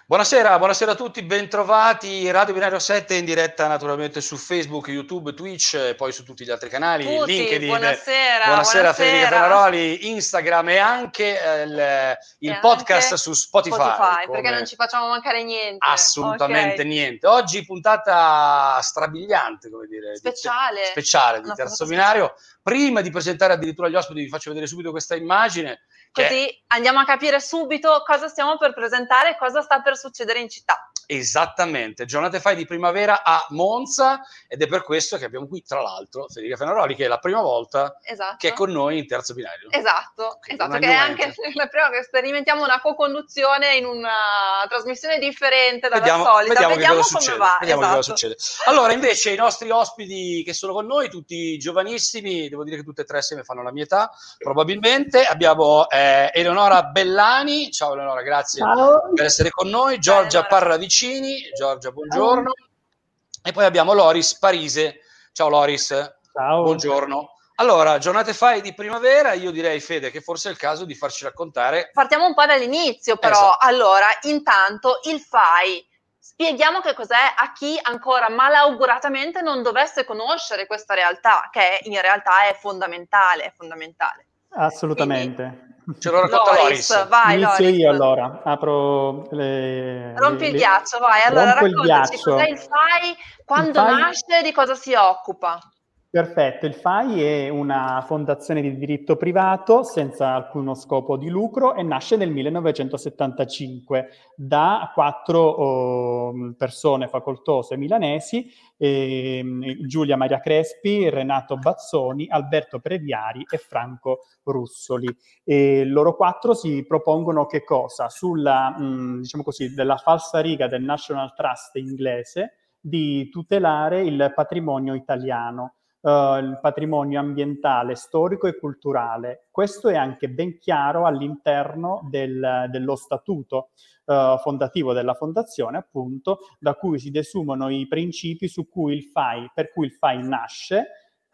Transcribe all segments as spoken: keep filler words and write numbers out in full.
Buonasera, buonasera a tutti, bentrovati. Radio Binario sette in diretta naturalmente su Facebook, YouTube, Twitch e poi su tutti gli altri canali, Tutti, LinkedIn. buonasera, Buonasera Federica buonasera. Fenaroli, Instagram e anche eh, il, il E podcast anche su Spotify. Spotify, come... perché non ci facciamo mancare niente. Assolutamente Okay. niente. Oggi puntata strabiliante, come dire, di te- Speciale. speciale di Una Terzo puntata Binario. speciale. Prima di presentare addirittura gli ospiti vi faccio vedere subito questa immagine. Che Così andiamo a capire subito cosa stiamo per presentare e cosa sta per succedere in città. Esattamente, giornate fai di primavera a Monza ed è per questo che abbiamo qui tra l'altro Federica Fenaroli, che è la prima volta Esatto. che è con noi in Terzo Binario. Esatto, Quindi esatto, una che è new anche entry. la prima che sperimentiamo una co-conduzione in una trasmissione differente dalla Vediamo, solita. vediamo, Vediamo, che cosa come succede. va. Vediamo esatto. che cosa succede. Allora, invece, i nostri ospiti che sono con noi, tutti giovanissimi, devo dire che tutte e tre assieme fanno la mia età, probabilmente. Abbiamo eh, Eleonora Bellani, ciao Eleonora, grazie Ciao. per essere con noi. Ciao, Giorgia Eleonora. Parravicini, Giorgia, buongiorno. E poi abbiamo Loris Parise. Ciao Loris. Ciao. Buongiorno. Allora, giornate fai di primavera, io direi, Fede, che forse è il caso di farci raccontare. Partiamo un po' dall'inizio, però. Esatto. Allora, intanto il F A I. Spieghiamo che cos'è a chi ancora malauguratamente non dovesse conoscere questa realtà, che in realtà è fondamentale, è fondamentale. Assolutamente. Quindi, ce lo racconta Loris. Loris, vai Inizio Loris. io allora, apro le... Rompi le, il le... ghiaccio, vai. Allora Rompo il raccontaci ghiaccio. cos'è il F A I, quando il F A I... nasce, di cosa si occupa. Perfetto, il F A I è una fondazione di diritto privato senza alcuno scopo di lucro e nasce nel millenovecentosettantacinque da quattro oh, persone facoltose milanesi, eh, Giulia Maria Crespi, Renato Bazzoni, Alberto Previari e Franco Russoli. E loro quattro si propongono che cosa? Sulla, mh, diciamo così, della falsariga del National Trust inglese di tutelare il patrimonio italiano. Uh, il patrimonio ambientale, storico e culturale. Questo è anche ben chiaro all'interno del, dello statuto uh, fondativo della fondazione, appunto, da cui si desumono i principi su cui il F A I, per cui il F A I nasce,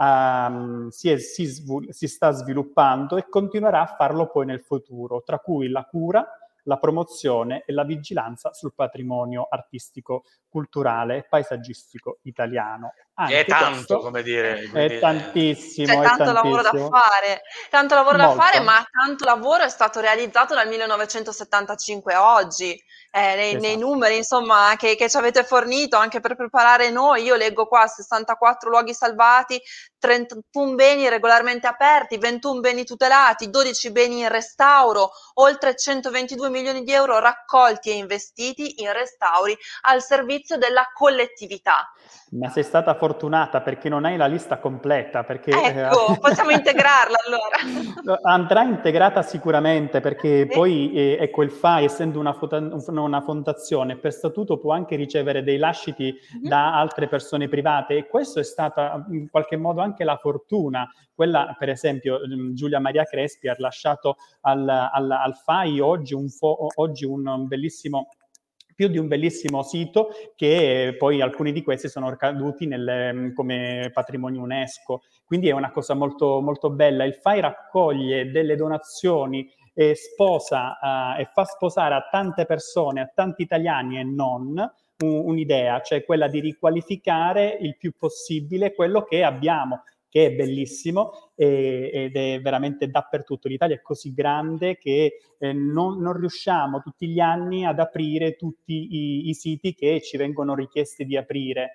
um, si, è, si, svu- si sta sviluppando e continuerà a farlo poi nel futuro, tra cui la cura, la promozione e la vigilanza sul patrimonio artistico, culturale e paesaggistico italiano. Anche È tanto, questo come dire. è tantissimo, C'è è tanto lavoro da tantissimo. fare, tanto lavoro Molto. da fare, ma tanto lavoro è stato realizzato dal millenovecentosettantacinque a oggi. Eh, nei, Esatto. nei numeri insomma che, che ci avete fornito anche per preparare noi, io leggo qua sessantaquattro luoghi salvati, trentuno beni regolarmente aperti, ventuno beni tutelati, dodici beni in restauro, oltre centoventidue milioni di euro raccolti e investiti in restauri al servizio della collettività. Ma sei stata fortunata perché non hai la lista completa, perché ecco, eh, possiamo integrarla allora. Andrà integrata sicuramente perché sì. poi eh, ecco, il F A I, essendo una, una fondazione, per statuto può anche ricevere dei lasciti mm-hmm. da altre persone private, e questo è stata in qualche modo anche la fortuna. Quella, per esempio, Giulia Maria Crespi ha lasciato al, al, al F A I oggi un, fo- oggi un bellissimo più di un bellissimo sito, che poi alcuni di questi sono caduti nel, come patrimonio UNESCO. Quindi è una cosa molto, molto bella. Il F A I raccoglie delle donazioni e sposa uh, e fa sposare a tante persone, a tanti italiani e non, un, un'idea, cioè quella di riqualificare il più possibile quello che abbiamo, che è bellissimo eh, ed è veramente dappertutto. L'Italia è così grande che eh, non, non riusciamo tutti gli anni ad aprire tutti i, i siti che ci vengono richiesti di aprire.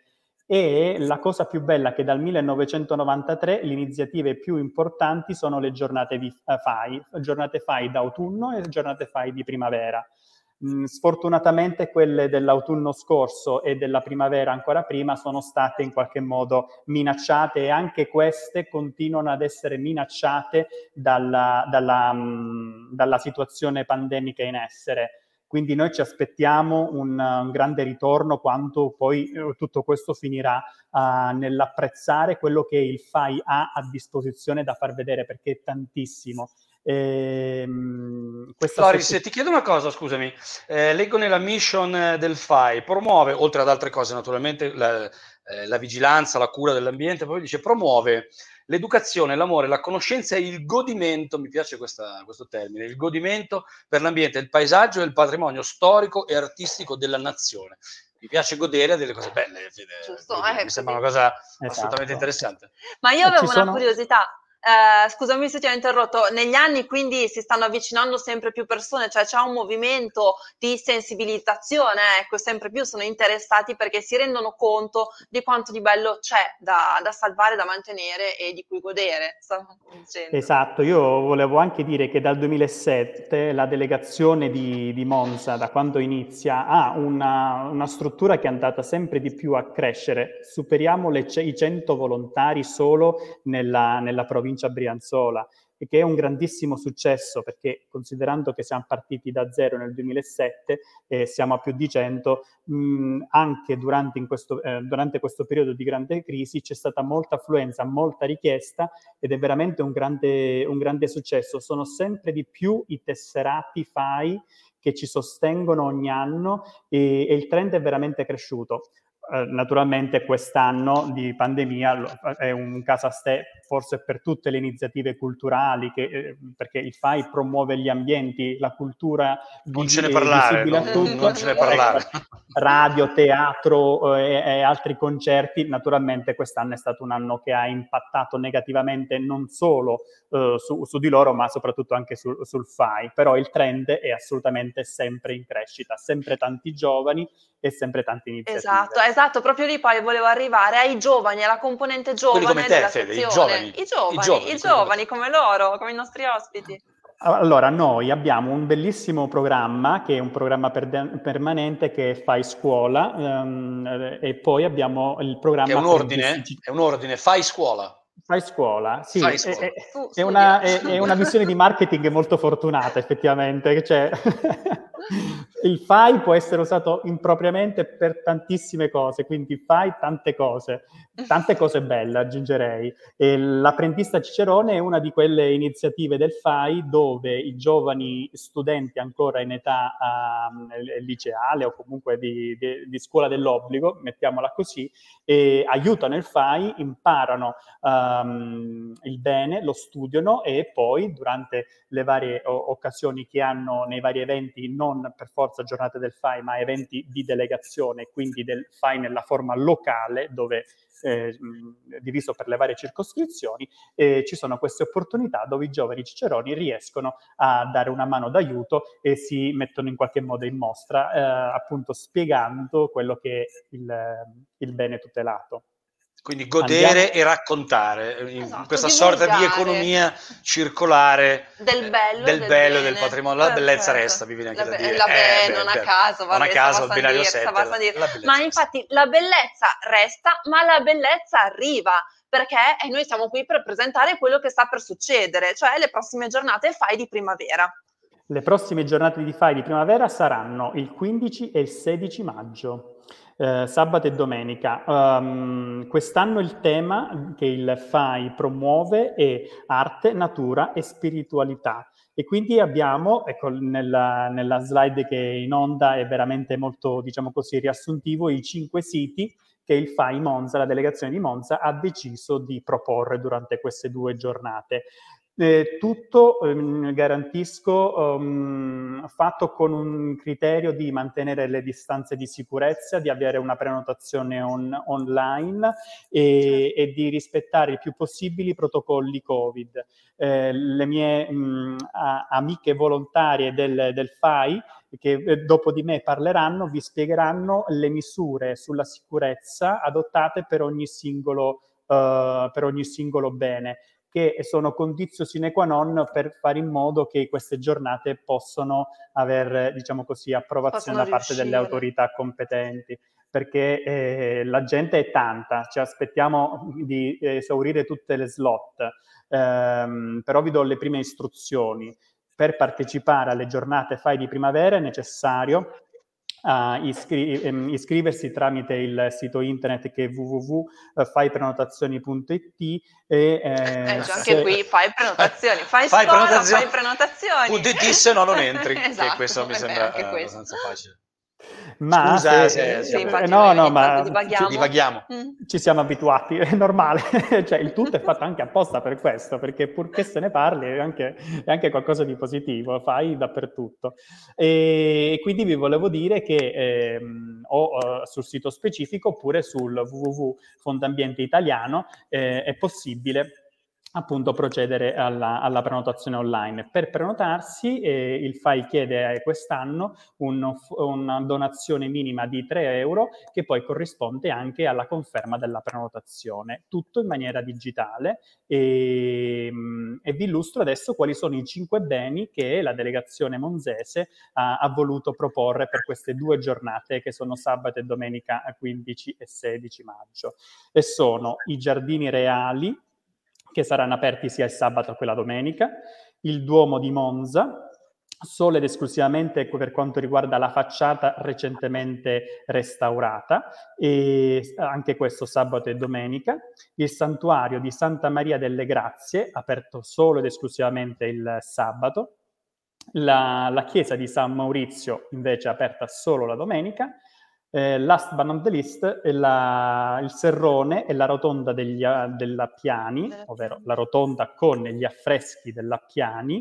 E la cosa più bella è che dal millenovecentonovantatré le iniziative più importanti sono le giornate di uh, F A I, giornate F A I d'autunno e giornate F A I di primavera. Mm, sfortunatamente quelle dell'autunno scorso e della primavera ancora prima sono state in qualche modo minacciate, e anche queste continuano ad essere minacciate dalla, dalla, mh, dalla situazione pandemica in essere. Quindi noi ci aspettiamo un, un grande ritorno quando poi eh, tutto questo finirà uh, nell'apprezzare quello che il F A I ha a disposizione da far vedere, perché è tantissimo. Ehm, Loris, sett- ti chiedo una cosa, scusami. Eh, leggo nella mission del F A I, promuove, oltre ad altre cose naturalmente, la, eh, la vigilanza, la cura dell'ambiente, poi dice promuove l'educazione, l'amore, la conoscenza e il godimento, mi piace questa, questo termine, il godimento per l'ambiente, il paesaggio e il patrimonio storico e artistico della nazione. Mi piace godere delle cose belle, Giusto, dire, eh, mi sembra una cosa Esatto. assolutamente interessante. Ma io avevo Ci sono... una curiosità. Eh, scusami se ti ho interrotto, negli anni quindi si stanno avvicinando sempre più persone, cioè c'è un movimento di sensibilizzazione, ecco, sempre più sono interessati perché si rendono conto di quanto di bello c'è da, da salvare, da mantenere e di cui godere. Stavo dicendo. Esatto, io volevo anche dire che dal duemilasette la delegazione di, di Monza, da quando inizia, ha una, una struttura che è andata sempre di più a crescere. Superiamo le, i cento volontari solo nella, nella provincia Brianzola, e che è un grandissimo successo perché, considerando che siamo partiti da zero nel duemilasette e eh, siamo a più di cento, mh, anche durante, in questo, eh, durante questo periodo di grande crisi c'è stata molta affluenza, molta richiesta ed è veramente un grande, un grande successo. Sono sempre di più i tesserati F A I che ci sostengono ogni anno e, e il trend è veramente cresciuto. Uh, naturalmente quest'anno di pandemia è un caso a sé, forse per tutte le iniziative culturali, che, eh, perché il F A I promuove gli ambienti, la cultura non vi- ce ne parlare, visibile non, a tutti, non ce ne parlare. Radio, teatro eh, e altri concerti. Naturalmente quest'anno è stato un anno che ha impattato negativamente non solo eh, su, su di loro, ma soprattutto anche su, sul F A I, però il trend è assolutamente sempre in crescita, sempre tanti giovani e sempre tante iniziative. Esatto, esatto, proprio lì poi volevo arrivare ai giovani, alla componente giovane come te, della Fede, i sezione. giovani. I giovani, I giovani, i giovani come loro, come i nostri ospiti. Allora, noi abbiamo un bellissimo programma, che è un programma per- permanente, che è Fai Scuola, um, e poi abbiamo il programma... È un ordine? gestiti... È un ordine, Fai Scuola. Fai Scuola, sì, Fai scuola. È, Su, è, una, è, è una visione di marketing molto fortunata, effettivamente. Cioè, il Fai può essere usato impropriamente per tantissime cose, quindi fai tante cose, tante cose belle, aggiungerei. E l'apprendista Cicerone è una di quelle iniziative del Fai dove i giovani studenti ancora in età uh, liceale o comunque di, di, di scuola dell'obbligo, mettiamola così, e aiutano il Fai, imparano um, il bene, lo studiano e poi durante le varie o- occasioni che hanno nei vari eventi, non per forza giornate del Fai, ma eventi di delegazione, quindi del Fai nella forma locale, dove eh, diviso per le varie circoscrizioni, eh, ci sono queste opportunità dove i giovani ciceroni riescono a dare una mano d'aiuto e si mettono in qualche modo in mostra, eh, appunto spiegando quello che è il, il bene tutelato. Quindi godere Andiamo... e raccontare, in esatto, questa divulgare. sorta di economia circolare del bello, del, del, bello bene. del patrimonio. La bellezza certo. resta, mi viene anche la da be- dire. La be- eh, non beh, a caso, non a caso, il binario sette. Ma infatti resta. la bellezza resta, ma la bellezza arriva, perché e noi siamo qui per presentare quello che sta per succedere, cioè le prossime giornate Fai di primavera. Le prossime giornate di Fai di primavera saranno il quindici e il sedici maggio. Eh, sabato e domenica. Um, quest'anno il tema che il Fai promuove è arte, natura e spiritualità. E quindi abbiamo, ecco, nella, nella slide che è in onda è veramente molto, diciamo così, riassuntivo, i cinque siti che il Fai Monza, la delegazione di Monza, ha deciso di proporre durante queste due giornate. Eh, tutto, ehm, garantisco, um, fatto con un criterio di mantenere le distanze di sicurezza, di avere una prenotazione on, online e, e di rispettare il più possibile i protocolli Covid. Eh, le mie mh, a, amiche volontarie del, del Fai, che eh, dopo di me parleranno, vi spiegheranno le misure sulla sicurezza adottate per ogni singolo, uh, per ogni singolo bene, che sono condizio sine qua non per fare in modo che queste giornate possano aver, diciamo così, approvazione da parte delle autorità competenti, perché eh, la gente è tanta, ci aspettiamo di esaurire tutte le slot, ehm, però vi do le prime istruzioni. Per partecipare alle giornate Fai di primavera è necessario Uh, iscri- ehm, iscriversi tramite il sito internet che è w w w punto fai prenotazioni punto i t e eh, eh, anche se... qui fai prenotazioni, fai, fai scuola, prenotazioni, fai prenotazioni. Punto it, se no non entri, esatto, che questo mi beh, sembra anche uh, questo. abbastanza facile. Ma Scusa se, se eh, Sì, siamo infatti eh, no, noi no, ogni tanto ma divaghiamo. ci, divaghiamo. Mm. ci siamo abituati, è normale, cioè il tutto è fatto anche apposta per questo, perché purché se ne parli è anche, è anche qualcosa di positivo, fai dappertutto. E quindi vi volevo dire che ehm, o eh, sul sito specifico oppure sul w w w punto Fondambiente Italiano eh, è possibile appunto procedere alla, alla prenotazione online. Per prenotarsi eh, il F A I chiede eh, quest'anno un, una donazione minima di tre euro che poi corrisponde anche alla conferma della prenotazione, tutto in maniera digitale e, e vi illustro adesso quali sono i cinque beni che la delegazione monzese ha, ha voluto proporre per queste due giornate che sono sabato e domenica quindici e sedici maggio e sono i Giardini Reali che saranno aperti sia il sabato che la domenica, il Duomo di Monza, solo ed esclusivamente per quanto riguarda la facciata recentemente restaurata, e anche questo sabato e domenica, il Santuario di Santa Maria delle Grazie, aperto solo ed esclusivamente il sabato, la, la chiesa di San Maurizio invece aperta solo la domenica, eh, last but not the least, è la, il Serrone e la rotonda degli, dell'Appiani, ovvero la rotonda con gli affreschi dell'Appiani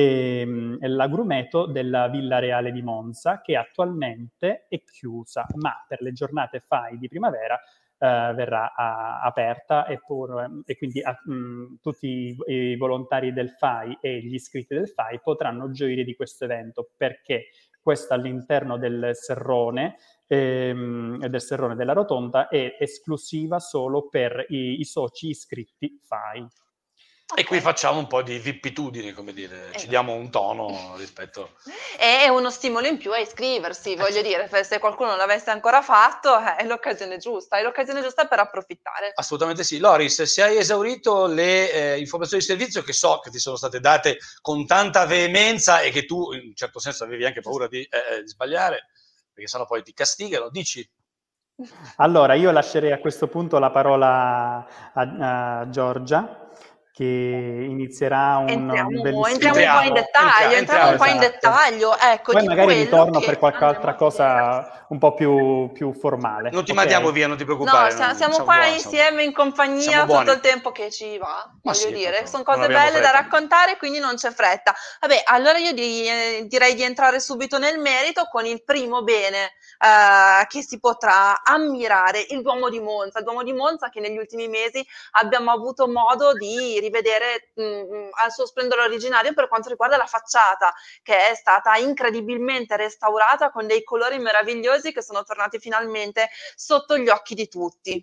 e, e l'agrumeto della Villa Reale di Monza, che attualmente è chiusa, ma per le giornate F A I di primavera Uh, verrà uh, aperta e, pur, e quindi uh, mh, tutti i, i volontari del F A I e gli iscritti del F A I potranno gioire di questo evento, perché questo all'interno del Serrone ehm, del Serrone della Rotonda è esclusiva solo per i, i soci iscritti F A I. E qui facciamo un po' di vippitudini, come dire, esatto. Ci diamo un tono rispetto... E uno stimolo in più a iscriversi, voglio dire, se qualcuno non l'avesse ancora fatto è l'occasione giusta, è l'occasione giusta per approfittare. Assolutamente sì. Loris, se hai esaurito le eh, informazioni di servizio che so che ti sono state date con tanta veemenza e che tu in un certo senso avevi anche paura di, eh, di sbagliare, perché sennò poi ti castigano, dici... Allora, io lascerei a questo punto la parola a, a Giorgia, che inizierà un, entriamo, un bellissimo... entriamo un po' in dettaglio, entriamo un po' in dettaglio, ecco, poi di magari ritorno che per qualche altra cosa un po' più, più formale. Non ti okay? mandiamo via, non ti preoccupare. No, siamo, non, siamo, siamo qua buoni, insieme siamo... in compagnia tutto il tempo che ci va, Ma voglio sì, dire, sono non cose belle fretta. da raccontare, quindi non c'è fretta. Vabbè, allora io di, eh, direi di entrare subito nel merito con il primo bene eh, che si potrà ammirare, il Duomo di Monza, il Duomo di Monza che negli ultimi mesi abbiamo avuto modo di rivedere mh, al suo splendore originario per quanto riguarda la facciata, che è stata incredibilmente restaurata con dei colori meravigliosi che sono tornati finalmente sotto gli occhi di tutti.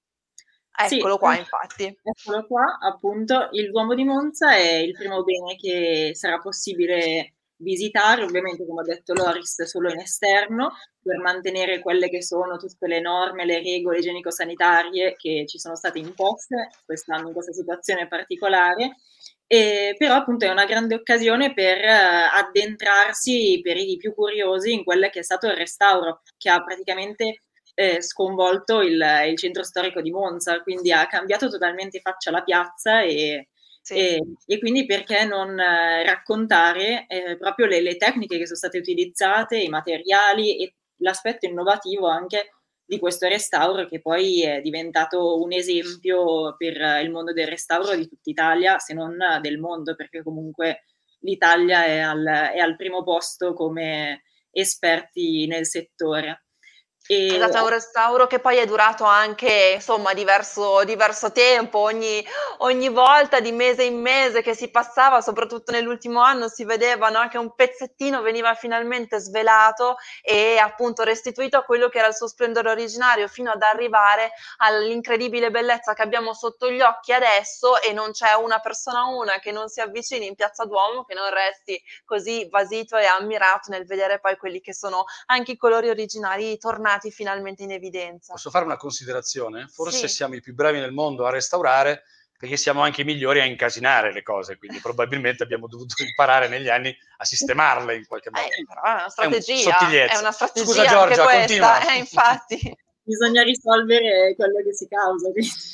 Eccolo sì, qua, infatti. Eccolo qua, appunto, il Duomo di Monza è il primo bene che sarà possibile visitare, ovviamente, come ha detto Loris, solo in esterno, per mantenere quelle che sono tutte le norme, le regole igienico-sanitarie che ci sono state imposte quest'anno in questa situazione particolare. E, però appunto è una grande occasione per eh, addentrarsi per i più curiosi in quello che è stato il restauro, che ha praticamente eh, sconvolto il, il centro storico di Monza, quindi ha cambiato totalmente faccia la piazza e, Sì. e, e quindi perché non eh, raccontare eh, proprio le, le tecniche che sono state utilizzate, i materiali e l'aspetto innovativo anche di questo restauro, che poi è diventato un esempio per il mondo del restauro di tutta Italia, se non del mondo, perché comunque l'Italia è al, è al primo posto come esperti nel settore. E... Esatto, è un restauro che poi è durato anche insomma diverso, diverso tempo, ogni, ogni volta di mese in mese che si passava, soprattutto nell'ultimo anno, si vedeva, no, che un pezzettino veniva finalmente svelato e appunto restituito a quello che era il suo splendore originario, fino ad arrivare all'incredibile bellezza che abbiamo sotto gli occhi adesso, e non c'è una persona una che non si avvicini in Piazza Duomo che non resti così basito e ammirato nel vedere poi quelli che sono anche i colori originari tornati finalmente in evidenza. Posso fare una considerazione? Forse sì. siamo i più bravi nel mondo a restaurare perché siamo anche i migliori a incasinare le cose, quindi probabilmente abbiamo dovuto imparare negli anni a sistemarle in qualche modo. Eh, però è una strategia, è, è una strategia Scusa anche Giorgia, questa, continua. eh, infatti. Bisogna risolvere quello che si causa.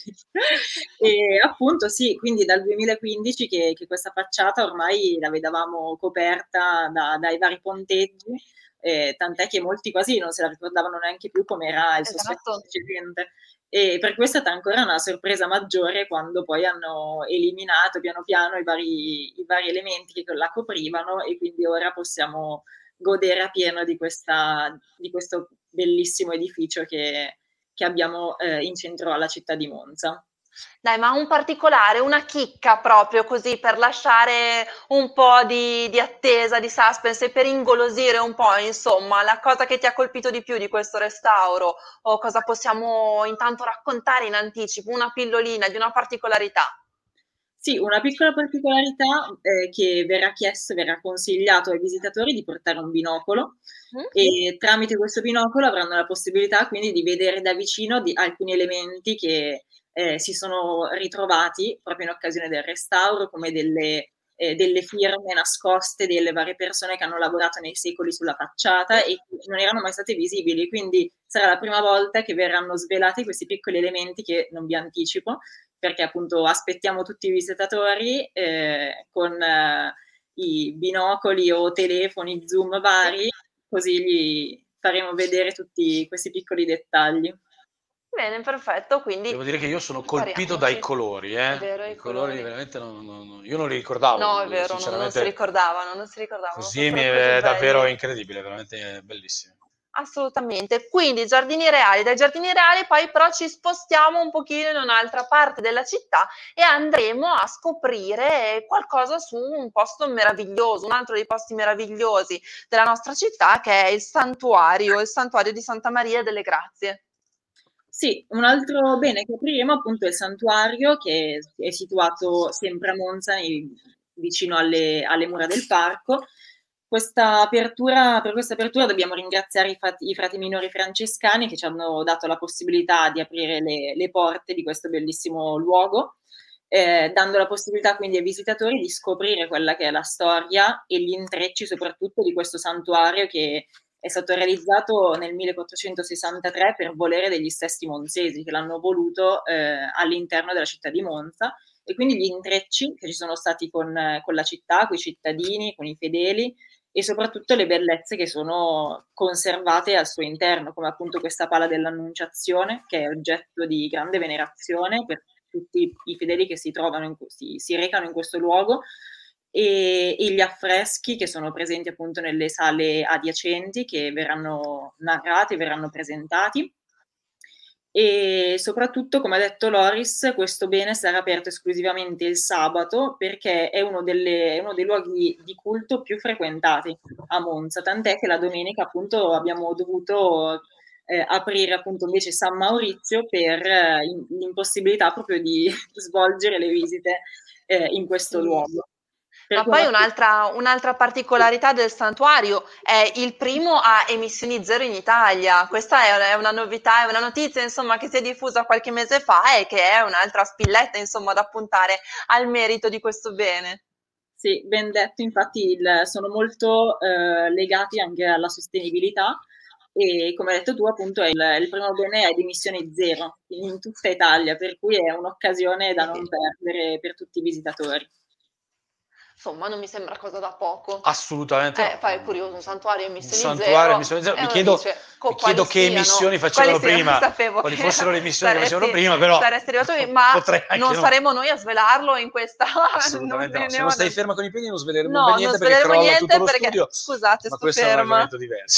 E appunto sì, quindi dal duemilaquindici che, che questa facciata ormai la vedevamo coperta da, dai vari ponteggi, eh, tant'è che molti quasi non se la ricordavano neanche più come era il Esatto. sospetto precedente. E per questo è stata ancora una sorpresa maggiore quando poi hanno eliminato piano piano i vari, i vari elementi che la coprivano, e quindi ora possiamo godere a pieno di, questa, di questo bellissimo edificio che, che abbiamo eh, in centro alla città di Monza. Dai, ma un particolare, una chicca proprio così per lasciare un po' di, di attesa, di suspense e per ingolosire un po', insomma, la cosa che ti ha colpito di più di questo restauro, o cosa possiamo intanto raccontare in anticipo, una pillolina di una particolarità? Sì, una piccola particolarità eh, che verrà chiesto, verrà consigliato ai visitatori di portare un binocolo, Mm? e tramite questo binocolo avranno la possibilità quindi di vedere da vicino di alcuni elementi che eh, si sono ritrovati proprio in occasione del restauro, come delle, eh, delle firme nascoste delle varie persone che hanno lavorato nei secoli sulla facciata e che non erano mai state visibili. Quindi sarà la prima volta che verranno svelati questi piccoli elementi che non vi anticipo, perché appunto aspettiamo tutti i visitatori eh, con eh, i binocoli o telefoni, zoom vari, così gli faremo vedere tutti questi piccoli dettagli. Bene, perfetto, quindi Devo dire che io sono colpito prepariamoci. dai colori, eh. È vero, I i colori colori. veramente non, non- non- io non li ricordavo, No, è vero, non, non si sinceramente. ricordavano, non si ricordavano, Così mi fossero così è davvero belli. incredibile, veramente bellissimo. Assolutamente. Quindi giardini reali, dai giardini reali poi però ci spostiamo un pochino in un'altra parte della città e andremo a scoprire qualcosa su un posto meraviglioso, un altro dei posti meravigliosi della nostra città, che è il santuario, il santuario di Santa Maria delle Grazie. Sì, un altro bene che apriremo appunto è il santuario, che è situato sempre a Monza, nei- vicino alle, alle mura del parco. Questa apertura, per questa apertura dobbiamo ringraziare i, fat- i frati minori francescani che ci hanno dato la possibilità di aprire le, le porte di questo bellissimo luogo, eh, dando la possibilità quindi ai visitatori di scoprire quella che è la storia e gli intrecci soprattutto di questo santuario, che è stato realizzato nel millequattrocentosessantatré per volere degli stessi monzesi che l'hanno voluto eh, all'interno della città di Monza, e quindi gli intrecci che ci sono stati con, con la città, con i cittadini, con i fedeli, e soprattutto le bellezze che sono conservate al suo interno, come appunto questa pala dell'Annunciazione, che è oggetto di grande venerazione per tutti i fedeli che si trovano in, si, si recano in questo luogo, e, e gli affreschi che sono presenti appunto nelle sale adiacenti, che verranno narrati, verranno presentati. E soprattutto, come ha detto Loris, questo bene sarà aperto esclusivamente il sabato, perché è uno, delle, è uno dei luoghi di culto più frequentati a Monza, tant'è che la domenica appunto abbiamo dovuto eh, aprire appunto invece San Maurizio per eh, l'impossibilità proprio di svolgere le visite eh, in questo Sì. luogo. Per Ma cui poi una- un'altra, un'altra particolarità del santuario è il primo a emissioni zero in Italia. Questa è una, è una novità, è una notizia insomma che si è diffusa qualche mese fa e che è un'altra spilletta insomma da puntare al merito di questo bene. Sì, ben detto, infatti il- sono molto eh, legati anche alla sostenibilità, e come hai detto tu appunto è il, il primo bene ad emissioni zero in tutta Italia, per cui è un'occasione da non perdere per tutti i visitatori. Insomma, non mi sembra cosa da poco. Assolutamente Eh, no. poi è curioso, un santuario a Un emissioni santuario a zero, emissioni zero. e Mi uno chiedo, dice, mi co- chiedo quali che siano, emissioni quali facevano siano, prima, sapevo quali che fossero le emissioni che facevano saresti, prima, però saresti arrivato qui, ma potrei anche non non... saremo noi a svelarlo in questa... non Assolutamente no. Se ne ho- non stai ferma con i piedi non sveleremo No, ben non niente, perché sveleremo crolla tutto niente lo perché, studio, scusate, ma sto questo è un ferma. argomento diverso.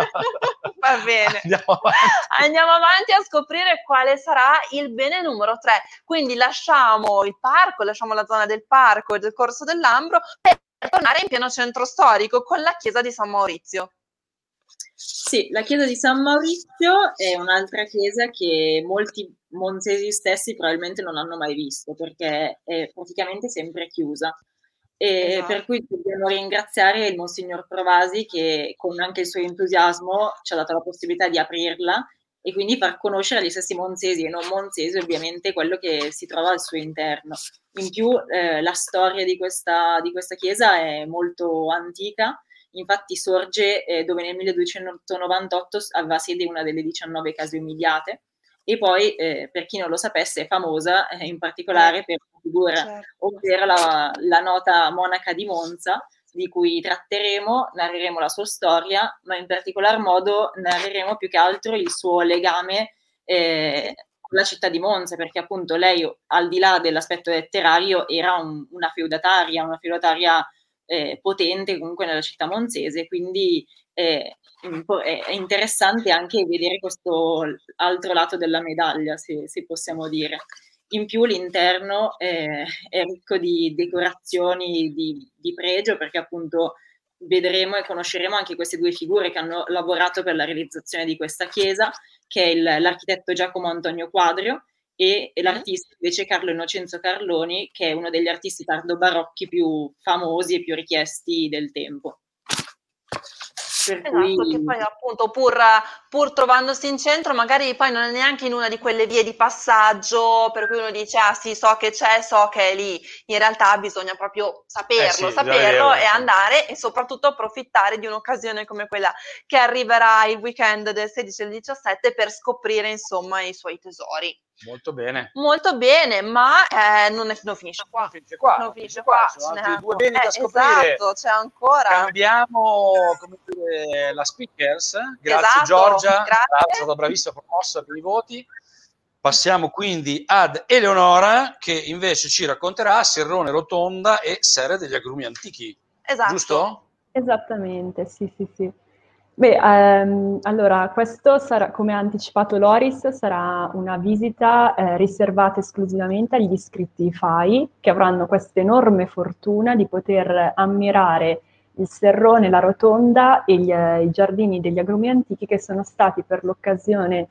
Va bene. Andiamo avanti. Andiamo avanti a scoprire quale sarà il bene numero tre. Quindi lasciamo il parco, lasciamo la zona del parco e del Corso del Lambro per tornare in pieno centro storico con la chiesa di San Maurizio. Sì, la chiesa di San Maurizio è un'altra chiesa che molti monzesi stessi probabilmente non hanno mai visto, perché è praticamente sempre chiusa. E Esatto. per cui dobbiamo ringraziare il Monsignor Provasi, che con anche il suo entusiasmo ci ha dato la possibilità di aprirla e quindi far conoscere agli stessi monzesi e non monzesi ovviamente quello che si trova al suo interno. In più eh, la storia di questa, di questa chiesa è molto antica. Infatti sorge eh, dove nel milleduecentonovantotto aveva sede una delle diciannove case umiliate, e poi eh, per chi non lo sapesse è famosa eh, in particolare per una figura, Certo. ovvero la, la nota monaca di Monza, di cui tratteremo, narreremo la sua storia, ma in particolar modo narreremo più che altro il suo legame eh, con la città di Monza, perché appunto lei, al di là dell'aspetto letterario, era un, una feudataria, una feudataria eh, potente comunque nella città monzese, quindi eh, è interessante anche vedere questo altro lato della medaglia, se, se possiamo dire. In più l'interno eh, è ricco di decorazioni di, di pregio, perché appunto vedremo e conosceremo anche queste due figure che hanno lavorato per la realizzazione di questa chiesa, che è il, l'architetto Giacomo Antonio Quadrio e, e l'artista invece Carlo Innocenzo Carloni, che è uno degli artisti tardo-barocchi più famosi e più richiesti del tempo. Per esatto, cui... che poi appunto pur, pur trovandosi in centro magari poi non è neanche in una di quelle vie di passaggio per cui uno dice ah sì, so che c'è, so che è lì, in realtà bisogna proprio saperlo, eh sì, saperlo e andare e soprattutto approfittare di un'occasione come quella che arriverà il weekend del sedici e del diciassette per scoprire insomma i suoi tesori. Molto bene. Molto bene, ma eh, non, è, non finisce qua. Non finisce qua. Non finisce qua. qua. Sono altri due beni eh, da scoprire. Esatto, c'è ancora. Cambiamo come dire, la speakers. Grazie esatto, Giorgia, grazie. è stata bravissima, promossa per i voti. Passiamo quindi ad Eleonora, che invece ci racconterà Serrone Rotonda e Serre degli Agrumi Antichi. Esatto. Giusto? Esattamente, sì, sì, sì. Beh, ehm, allora, questo sarà, come ha anticipato Loris, sarà una visita eh, riservata esclusivamente agli iscritti F A I, che avranno questa enorme fortuna di poter ammirare il Serrone, la Rotonda e gli, eh, i giardini degli Agrumi Antichi, che sono stati per l'occasione,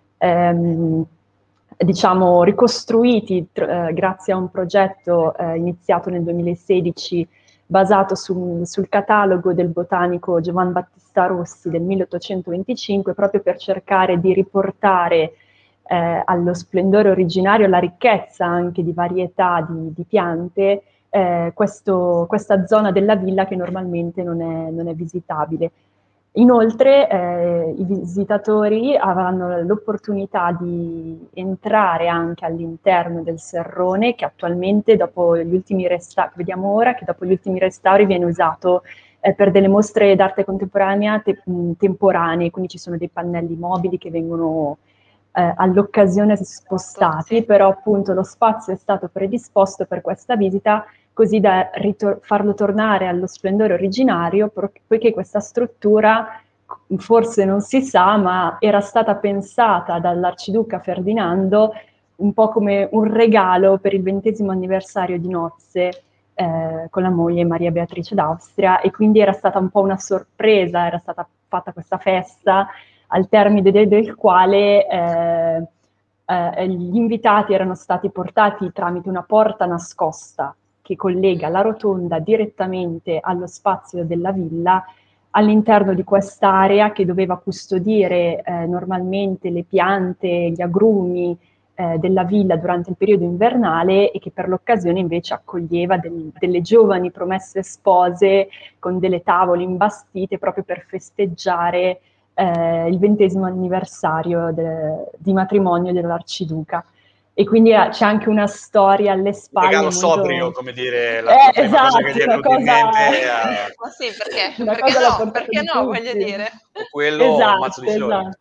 ehm, diciamo, ricostruiti eh, grazie a un progetto eh, iniziato nel duemilasedici basato su, sul catalogo del botanico Giovan Battista Rossi del milleottocentoventicinque, proprio per cercare di riportare eh, allo splendore originario, la ricchezza anche di varietà di, di piante, eh, questo, questa zona della villa che normalmente non è, non è visitabile. Inoltre eh, i visitatori avranno l'opportunità di entrare anche all'interno del Serrone, che attualmente dopo gli ultimi restauri, vediamo ora che dopo gli ultimi restauri viene usato eh, per delle mostre d'arte contemporanea te temporanee, quindi ci sono dei pannelli mobili che vengono eh, all'occasione spostati, però appunto lo spazio è stato predisposto per questa visita così da farlo tornare allo splendore originario, poiché questa struttura, forse non si sa, ma era stata pensata dall'arciduca Ferdinando un po' come un regalo per il ventesimo anniversario di nozze eh, con la moglie Maria Beatrice d'Austria, e quindi era stata un po' una sorpresa, era stata fatta questa festa al termine del, del quale eh, eh, gli invitati erano stati portati tramite una porta nascosta che collega la rotonda direttamente allo spazio della villa, all'interno di quest'area che doveva custodire eh, normalmente le piante, gli agrumi eh, della villa durante il periodo invernale, e che per l'occasione invece accoglieva del, delle giovani promesse spose con delle tavole imbastite proprio per festeggiare eh, il ventesimo anniversario de, di matrimonio dell'arciduca. E quindi c'è anche una storia alle spalle. Un regalo molto... sobrio, come dire, la, eh, la prima esatto, cosa che gli è venuta cosa... in mente. A... Ma sì, perché? Una perché cosa no, perché no, tutti. voglio dire. O quello, esatto, un mazzo di fiori. Esatto.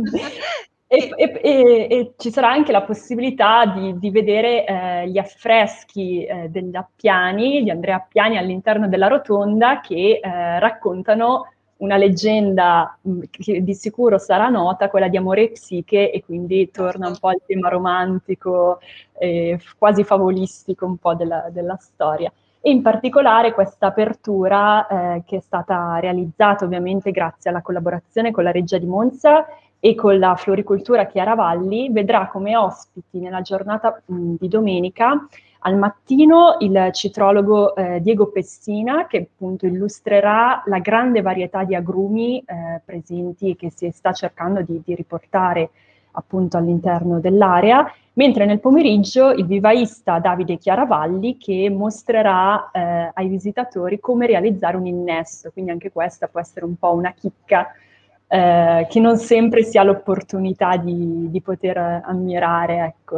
e, e, e, e ci sarà anche la possibilità di, di vedere eh, gli affreschi eh, degli Appiani, di Andrea Appiani all'interno della rotonda, che eh, raccontano una leggenda mh, che di sicuro sarà nota, quella di Amore e Psiche, e quindi torna un po' al tema romantico, eh, quasi favolistico un po' della, della storia. E in particolare questa apertura, eh, che è stata realizzata ovviamente grazie alla collaborazione con la Reggia di Monza e con la Floricoltura Chiaravalli, vedrà come ospiti nella giornata mh, di domenica al mattino il citrologo eh, Diego Pessina, che appunto illustrerà la grande varietà di agrumi eh, presenti e che si sta cercando di, di riportare appunto all'interno dell'area, mentre nel pomeriggio il vivaista Davide Chiaravalli che mostrerà eh, ai visitatori come realizzare un innesto, quindi anche questa può essere un po' una chicca eh, che non sempre si ha l'opportunità di, di poter ammirare, ecco.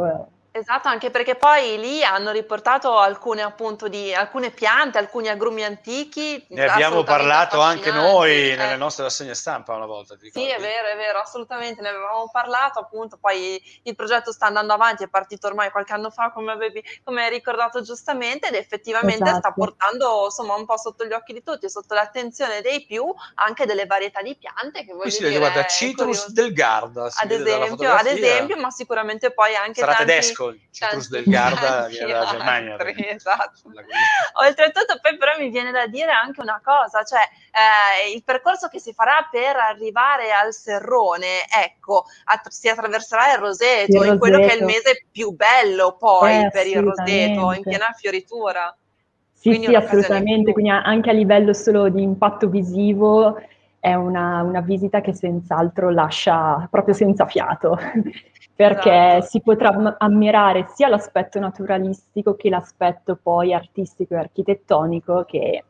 Esatto, anche perché poi lì hanno riportato alcune appunto di alcune piante, alcuni agrumi antichi Ne abbiamo assolutamente parlato anche affascinanti. noi nelle Eh. nostre rassegne stampa una volta, ti Sì, è ricordi? vero, è vero, assolutamente, ne avevamo parlato, appunto, poi il progetto sta andando avanti, è partito ormai qualche anno fa, come avevi, come hai ricordato giustamente, ed effettivamente sta Esatto. portando, insomma, un po' sotto gli occhi di tutti, sotto l'attenzione dei più, anche delle varietà di piante, che Qui voglio si vede, dire, guarda, è Citrus curioso. del Garda, si Ad vede dalla esempio, ad fotografia. esempio, ma sicuramente poi anche Sarà tanti, tedesco, il Citrus tanti, del Garda tanti viene dalla Germania. altri, perché- esatto. la- Oltretutto poi però mi viene da dire anche una cosa, cioè eh, il percorso che si farà per arrivare al Serrone, ecco, att- si attraverserà il Roseto, Il in quello che è il roseto. mese più bello poi Eh, per il Roseto, in assolutamente. piena fioritura. Sì, Quindi sì, un'occasione in assolutamente, più. quindi a- anche a livello solo di impatto visivo è una, una visita che senz'altro lascia proprio senza fiato, perché Esatto. si potrà am- ammirare sia l'aspetto naturalistico che l'aspetto poi artistico e architettonico, che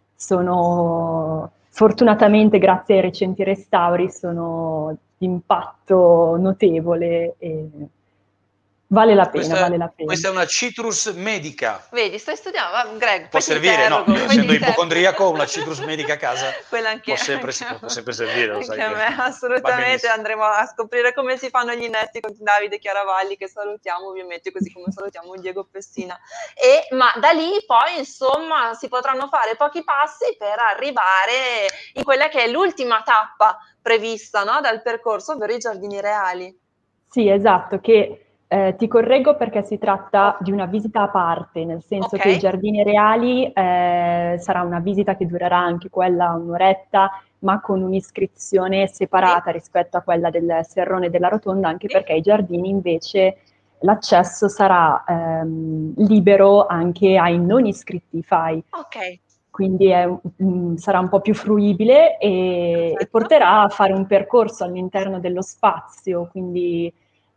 sono, fortunatamente grazie ai recenti restauri, sono di impatto notevole e vale la pena, Questa, vale la pena. questa è una Citrus medica. Vedi, stai studiando, va, Greg, Può poi ti servire, no? interrogo, poi ti Essendo interrogo. ipocondriaco, una Citrus medica a casa Quella anche, può sempre, anche a può me. sempre servire, lo sai Anche a che me, va assolutamente. benissimo. Andremo a scoprire come si fanno gli innesti con Davide Chiaravalli, che salutiamo ovviamente, così come salutiamo Diego Pessina. E, ma da lì poi, insomma, si potranno fare pochi passi per arrivare in quella che è l'ultima tappa prevista, no, dal percorso, ovvero i Giardini Reali. Sì, esatto, che eh, ti correggo perché si tratta di una visita a parte, nel senso Ok. che i Giardini Reali eh, sarà una visita che durerà anche quella un'oretta, ma con un'iscrizione separata rispetto a quella del Serrone della Rotonda, anche Sì. perché i giardini invece l'accesso sarà ehm, libero anche ai non iscritti F A I. Ok. Quindi è, mh, sarà un po' più fruibile e, e porterà a fare un percorso all'interno dello spazio, quindi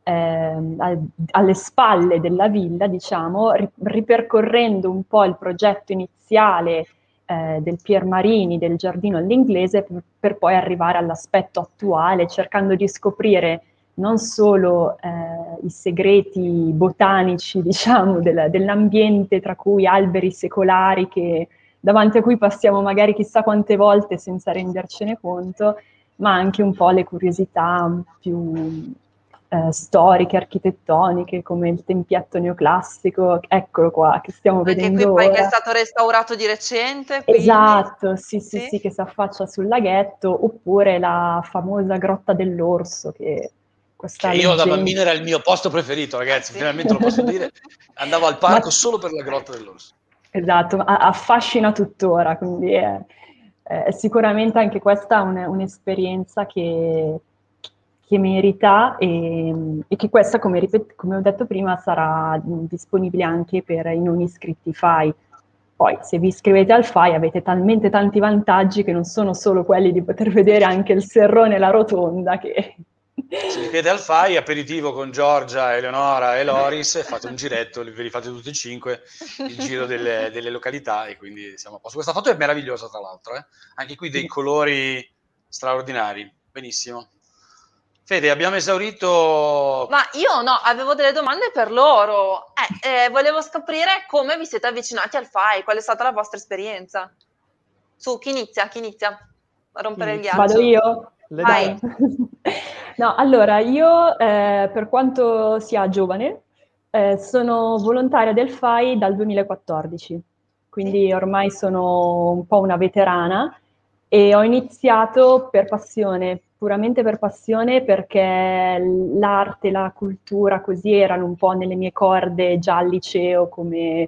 ehm, a, alle spalle della villa, diciamo, ri- ripercorrendo un po' il progetto iniziale eh, del Pier Marini, del giardino all'inglese, per, per poi arrivare all'aspetto attuale, cercando di scoprire non solo eh, i segreti botanici, diciamo, del, dell'ambiente, tra cui alberi secolari che davanti a cui passiamo magari chissà quante volte senza rendercene conto, ma anche un po' le curiosità più eh, storiche, architettoniche, come il tempietto neoclassico, eccolo qua, che stiamo Anche vedendo qui poi che è ora. stato restaurato di recente, quindi... Esatto, sì, sì, Sì. sì, che si affaccia sul laghetto, oppure la famosa Grotta dell'Orso, che questa Che io da leggenda... bambino era il mio posto preferito, ragazzi, Sì. finalmente lo posso dire. Andavo al parco Ma- solo per la Grotta dell'Orso. Esatto, a- affascina tuttora, quindi è, è sicuramente anche questa un- un'esperienza che, che merita e, e che questa, come, ripet- come ho detto prima, sarà disponibile anche per i non iscritti F A I. Poi, se vi iscrivete al F A I avete talmente tanti vantaggi che non sono solo quelli di poter vedere anche il Serrone e la Rotonda, che... Se vi iscrivete al F A I, aperitivo con Giorgia, Eleonora e Loris, fate un giretto, ve li fate tutti e cinque, il giro delle, delle località e quindi siamo a posto. Questa foto è meravigliosa tra l'altro, eh? Anche qui dei colori straordinari, benissimo. Fede, abbiamo esaurito... Ma io no, avevo delle domande per loro. Eh, eh, volevo scoprire come vi siete avvicinati al F A I, qual è stata la vostra esperienza. Su, chi inizia? Chi inizia a rompere il Inizia. ghiaccio? Vado io? Le Vai. due. No, allora, io eh, per quanto sia giovane, eh, sono volontaria del F A I dal duemilaquattordici, quindi ormai sono un po' una veterana e ho iniziato per passione, puramente per passione, perché l'arte, la cultura così erano un po' nelle mie corde già al liceo come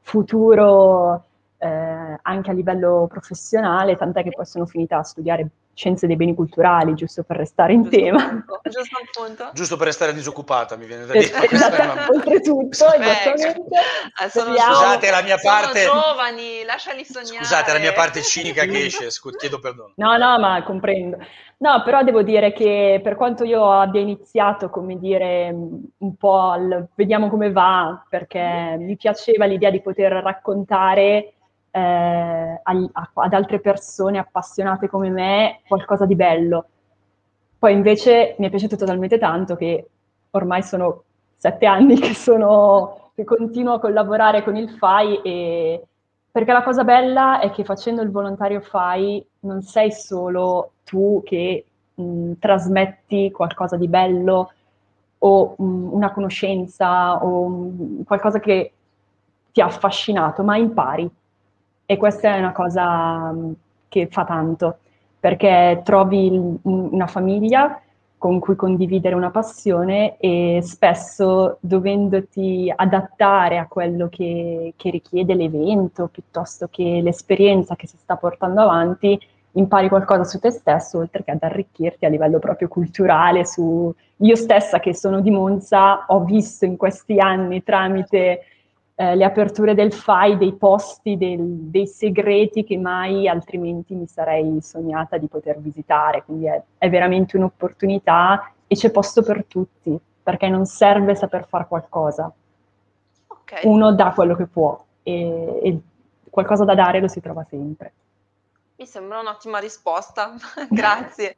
futuro eh, anche a livello professionale, tant'è che poi sono finita a studiare scienze dei beni culturali, giusto per restare in Giusto tema. appunto, giusto appunto. Giusto per restare disoccupata, mi viene da Eh, dire. Questa è una- Oltretutto, Beh, esattamente. eh, sono, Speriamo. Scusate la mia sono parte... giovani, lasciali sognare. Scusate la mia parte cinica che esce, scu- chiedo perdono. No, no, ma comprendo. No, però devo dire che per quanto io abbia iniziato, come dire, un po' al vediamo come va, perché mi piaceva l'idea di poter raccontare eh, agli- a- ad altre persone appassionate come me qualcosa di bello. Poi invece mi è piaciuto talmente tanto che ormai sono sette anni che sono, che continuo a collaborare con il F A I, e, perché la cosa bella è che facendo il volontario F A I non sei solo tu che mh, trasmetti qualcosa di bello o mh, una conoscenza o mh, qualcosa che ti ha affascinato, ma impari. E questa è una cosa mh, che fa tanto, perché trovi il- una famiglia con cui condividere una passione, e spesso dovendoti adattare a quello che, che richiede l'evento piuttosto che l'esperienza che si sta portando avanti, impari qualcosa su te stesso, oltre che ad arricchirti a livello proprio culturale. Su... Io stessa, che sono di Monza, ho visto in questi anni, tramite eh, le aperture del F A I, dei posti, del, dei segreti che mai altrimenti mi sarei sognata di poter visitare. Quindi è, è veramente un'opportunità, e c'è posto per tutti, perché non serve saper fare qualcosa. Ok, Uno dà quello che può, e, e qualcosa da dare lo si trova sempre. mi sembra un'ottima risposta, grazie.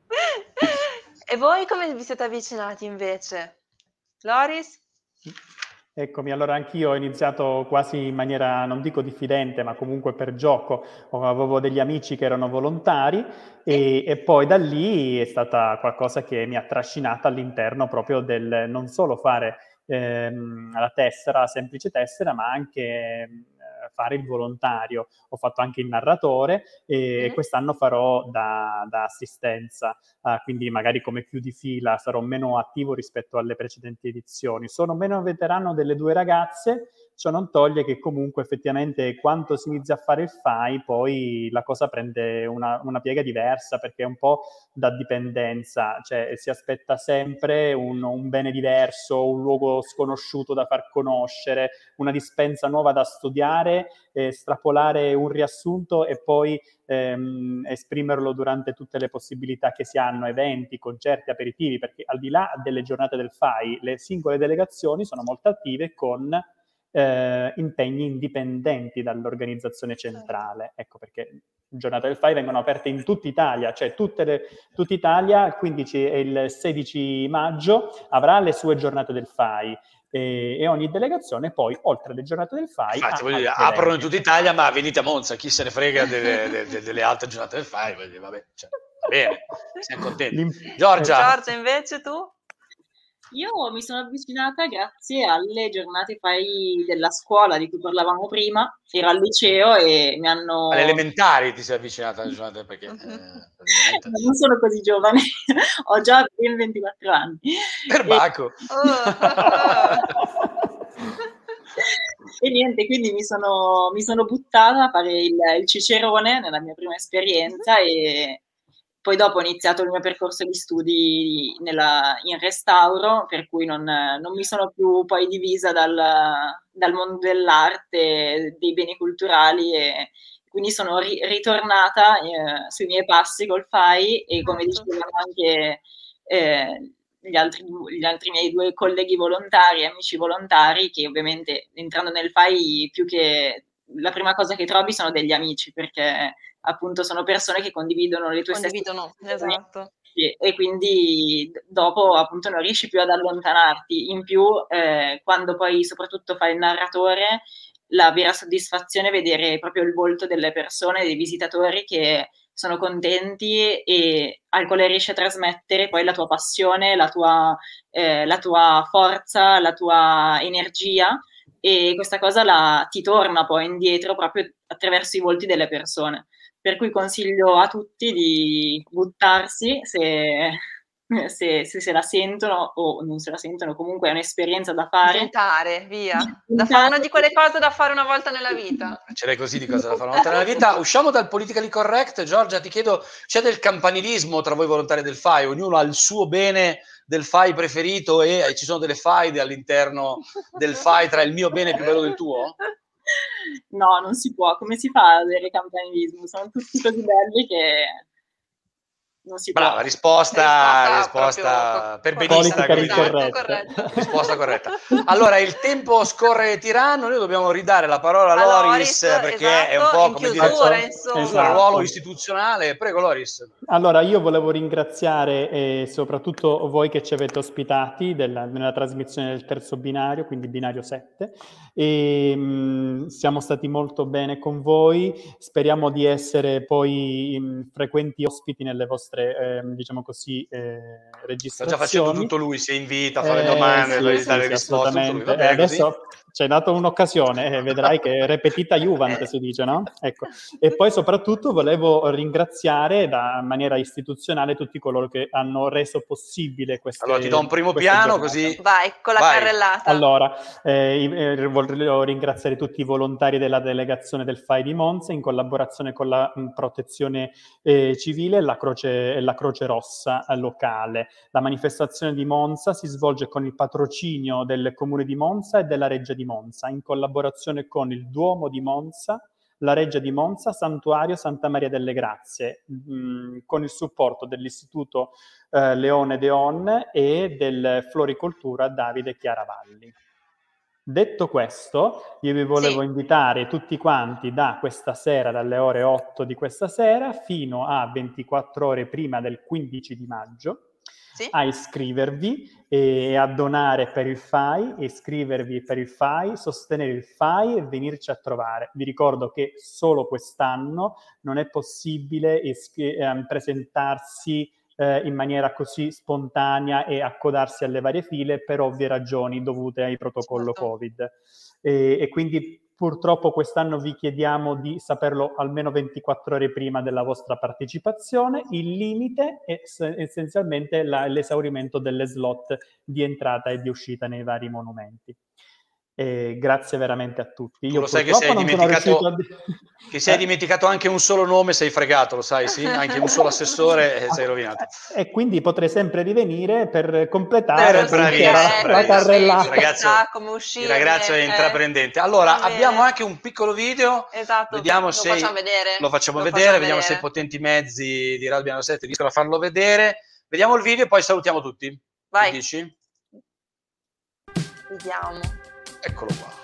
E voi come vi siete avvicinati invece? Loris? Eccomi, allora anch'io ho iniziato quasi in maniera, non dico diffidente, ma comunque per gioco. Ho- Avevo degli amici che erano volontari e, e poi da lì è stata qualcosa che mi ha trascinata all'interno proprio del non solo fare ehm, la tessera, la semplice tessera, ma anche ehm, fare il volontario. Ho fatto anche il narratore e Mm. quest'anno farò da, da assistenza. Uh, quindi magari come più di fila sarò meno attivo rispetto alle precedenti edizioni. Sono meno veterano delle due ragazze, ciò non toglie che comunque effettivamente quando si inizia a fare il F A I poi la cosa prende una, una piega diversa, perché è un po' da dipendenza, cioè si aspetta sempre un, un bene diverso, un luogo sconosciuto da far conoscere, una dispensa nuova da studiare, eh, estrapolare un riassunto e poi ehm, esprimerlo durante tutte le possibilità che si hanno, eventi, concerti, aperitivi, perché al di là delle giornate del F A I, le singole delegazioni sono molto attive con eh, impegni indipendenti dall'organizzazione centrale. Ecco perché le giornate del F A I vengono aperte in tutta Italia, cioè tutte le, tutta Italia, il quindici e il sedici maggio avrà le sue giornate del F A I. E, e ogni delegazione poi, oltre alle giornate del F A I, Infatti, ha voglio dire, altri aprono in eventi. tutta Italia, ma venite a Monza, chi se ne frega delle, delle, delle altre giornate del F A I, voglio dire, vabbè, cioè, va bene, siamo contenti. L'im- Giorgia, Giorgia, invece tu? Io mi sono avvicinata grazie alle giornate F A I della scuola di cui parlavamo prima. Ero al liceo e mi hanno... alle elementari ti sei avvicinata alle giornate perché eh, praticamente... Ma non sono così giovane, ho già ben ventiquattro anni. Per E... Baco. Oh, oh, E niente, quindi mi sono, mi sono buttata a fare il, il cicerone nella mia prima esperienza, e poi dopo ho iniziato il mio percorso di studi nella- in restauro, per cui non, non mi sono più poi divisa dal, dal mondo dell'arte, dei beni culturali, e quindi sono ri- ritornata eh, sui miei passi col F A I, e come certo. dicevano anche eh, gli altri, gli altri miei due colleghi volontari, amici volontari, che ovviamente entrando nel F A I più che la prima cosa che trovi sono degli amici, perché appunto sono persone che condividono le tue stesse Condividono, passioni, esatto. e, e quindi d- dopo appunto non riesci più ad allontanarti. In più, eh, quando poi soprattutto fai il narratore, la vera soddisfazione è vedere proprio il volto delle persone, dei visitatori che sono contenti e al quale riesci a trasmettere poi la tua passione, la tua, eh, la tua forza, la tua energia, e questa cosa la, ti torna poi indietro proprio attraverso i volti delle persone. Per cui consiglio a tutti di buttarsi se, se, se se la sentono o non se la sentono, comunque è un'esperienza da Di fare. tentare, via. Da fare una Tentare. di quelle cose da fare una volta nella vita. Ce l'hai così di cosa da fare una volta nella vita. Usciamo dal politically correct. Giorgia, ti chiedo, c'è del campanilismo tra voi volontari del F A I? Ognuno ha il suo bene del F A I preferito e ci sono delle faide all'interno del F A I tra il mio bene più bello del tuo? No, non si può. Come si fa ad avere campanilismo? Sono tutti così belli che non si Brava, può. risposta, Risposta risposta proprio perbenista. politicamente quindi. Esatto, corretta. corretto. Risposta corretta. Allora, il tempo scorre tiranno, noi dobbiamo ridare la parola a A Loris, Loris, perché esatto, è un po' in come dire, chiusura, Faccio- insomma. chiusura, esatto. ruolo istituzionale. Prego, Loris. Allora, io volevo ringraziare eh, soprattutto voi che ci avete ospitati della- nella trasmissione del terzo binario, quindi binario sette. E, mh, siamo stati molto bene con voi, speriamo di essere poi mh, frequenti ospiti nelle vostre, ehm, diciamo così, eh, Sta registrazioni. già facendo tutto lui, si invita, fa le Eh, domande, sì, deve sì, dare sì, risposte, tutto lui. assolutamente. Va E bene così? adesso ci hai dato un'occasione, eh, vedrai che repetita iuvant si dice, no? Ecco. E poi soprattutto volevo ringraziare da maniera istituzionale tutti coloro che hanno reso possibile queste Allora ti do un primo queste piano, giornate. così Vai, con la Vai. carrellata. Allora, eh, eh, voglio ringraziare tutti i volontari della delegazione del F A I di Monza in collaborazione con la mh, Protezione eh, Civile e la Croce, e la Croce Rossa eh, locale. La manifestazione di Monza si svolge con il patrocinio del Comune di Monza e della Reggia di Monza, in collaborazione con il Duomo di Monza, la Reggia di Monza, Santuario Santa Maria delle Grazie, mh, con il supporto dell'Istituto eh, Leone Deon e del Floricoltura Davide Chiaravalli. Detto questo, io vi volevo Sì. invitare tutti quanti da questa sera, dalle ore otto di questa sera, fino a ventiquattro ore prima del quindici di maggio, Sì. a iscrivervi e a donare per il F A I, iscrivervi per il F A I, sostenere il F A I e venirci a trovare. Vi ricordo che solo quest'anno non è possibile iscri- eh, presentarsi eh, in maniera così spontanea e accodarsi alle varie file per ovvie ragioni dovute ai protocollo Certo. Covid. E, e quindi purtroppo quest'anno vi chiediamo di saperlo almeno ventiquattro ore prima della vostra partecipazione. Il limite è s- essenzialmente la- l'esaurimento delle slot di entrata e di uscita nei vari monumenti. E grazie veramente a tutti. Tu Io lo sai che purtroppo sei non sono riuscito dimenticato, a... che se hai Eh? dimenticato anche un solo nome, sei fregato, lo sai, sì? Anche un solo assessore e sei rovinato. E quindi potrei sempre rivenire per completare Era quella che bravissimo, era eh, la bravissimo. carrellata. Il ragazzo, sa come il uscirne, ragazzo è eh. intraprendente. Allora, Va bene. abbiamo anche un piccolo video. Esatto, Vediamo lo se facciamo vedere. lo facciamo Lo vedere, facciamo vediamo se i vedere. potenti mezzi di Radio sette riescono a farlo vedere. Vediamo il video e poi salutiamo tutti. Vai. Che dici? Vediamo. Eccolo qua.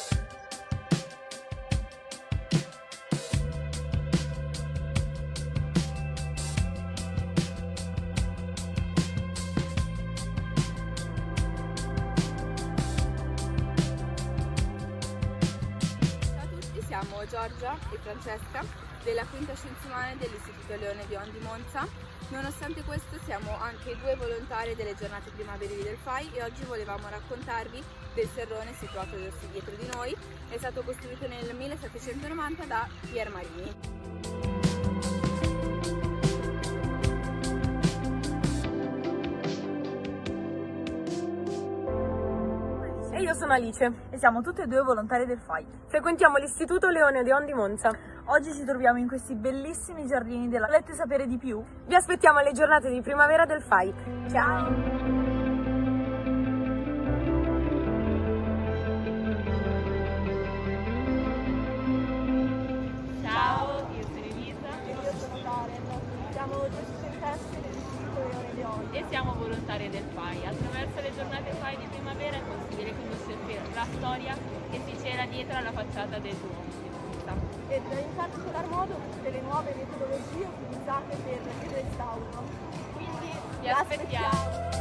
Siamo Giorgia e Francesca della quinta scienze umane dell'Istituto Leone Deon di Monza. Nonostante questo siamo anche due volontari delle giornate primaverili del F A I e oggi volevamo raccontarvi del serrone situato dietro di noi. È stato costruito nel millesettecentonovanta da Pier Marini. E io sono Alice e siamo tutte e due volontari del F A I. Frequentiamo l'Istituto Leone Deon di Monza. Oggi ci troviamo in questi bellissimi giardini della... Volete sapere di più? Vi aspettiamo alle giornate di primavera del F A I. Ciao! Ciao, io sono Elisa. E io sono Karen. Siamo studentesse dell'Istituto Leone Deon e siamo volontarie del F A I. Attraverso le giornate F A I di primavera è possibile conoscere la storia che si cela dietro alla facciata del Duomo di Monza. E in particolar modo tutte le nuove metodologie utilizzate per il restauro. Quindi vi aspettiamo.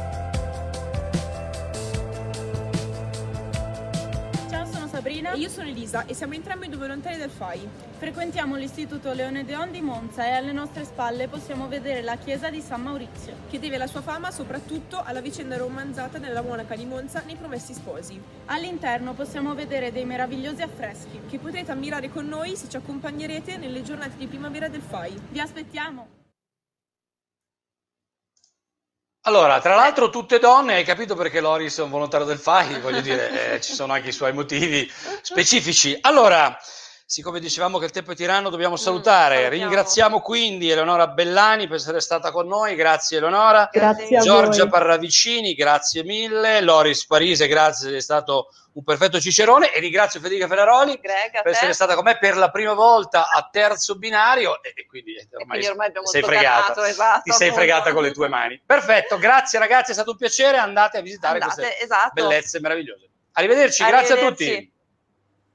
Ciao, sono Sabrina e io sono Elisa e siamo entrambi due volontari del F A I. Frequentiamo l'Istituto Leone Deon di Monza e alle nostre spalle possiamo vedere la chiesa di San Maurizio, che deve la sua fama soprattutto alla vicenda romanzata della monaca di Monza nei Promessi Sposi. All'interno possiamo vedere dei meravigliosi affreschi che potrete ammirare con noi se ci accompagnerete nelle giornate di primavera del F A I. Vi aspettiamo! Allora, tra l'altro tutte donne, hai capito perché Loris è un volontario del F A I? Voglio dire, eh, ci sono anche i suoi motivi specifici. Allora, siccome dicevamo che il tempo è tiranno, dobbiamo salutare. Mm, Ringraziamo quindi Eleonora Bellani per essere stata con noi. Grazie Eleonora. Grazie a Giorgia voi. Parravicini, grazie mille. Loris Parise, grazie, sei stato un perfetto cicerone. E ringrazio Federica Ferraroli Greg, per essere stata con me per la prima volta a terzo binario. E, e quindi ormai, e quindi ormai abbiamo sei fregata. Esatto, Ti sei appunto. fregata con le tue mani. Perfetto, grazie ragazzi, è stato un piacere. Andate a visitare Andate, queste esatto. bellezze meravigliose. Arrivederci, Arrivederci. grazie a tutti.